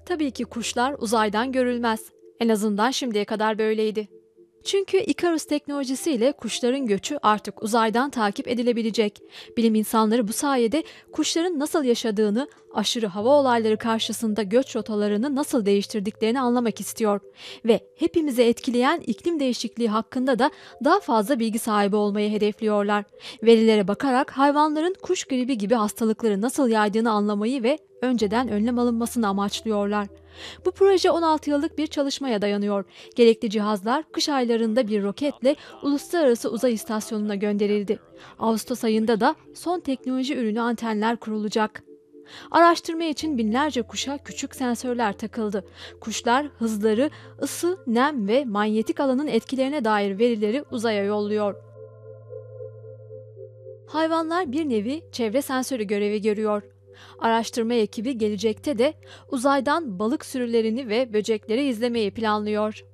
Tabii ki kuşlar uzaydan görülmez. En azından şimdiye kadar böyleydi. Çünkü Icarus teknolojisiyle kuşların göçü artık uzaydan takip edilebilecek. Bilim insanları bu sayede kuşların nasıl yaşadığını, aşırı hava olayları karşısında göç rotalarını nasıl değiştirdiklerini anlamak istiyor. Ve hepimizi etkileyen iklim değişikliği hakkında da daha fazla bilgi sahibi olmayı hedefliyorlar. Verilere bakarak hayvanların kuş gribi gibi hastalıkları nasıl yaydığını anlamayı ve önceden önlem alınmasını amaçlıyorlar. Bu proje 16 yıllık bir çalışmaya dayanıyor. Gerekli cihazlar kış aylarında bir roketle Uluslararası Uzay İstasyonu'na gönderildi. Ağustos ayında da son teknoloji ürünü antenler kurulacak. Araştırma için binlerce kuşa küçük sensörler takıldı. Kuşlar hızları, ısı, nem ve manyetik alanın etkilerine dair verileri uzaya yolluyor. Hayvanlar bir nevi çevre sensörü görevi görüyor. Araştırma ekibi gelecekte de uzaydan balık sürülerini ve böcekleri izlemeyi planlıyor.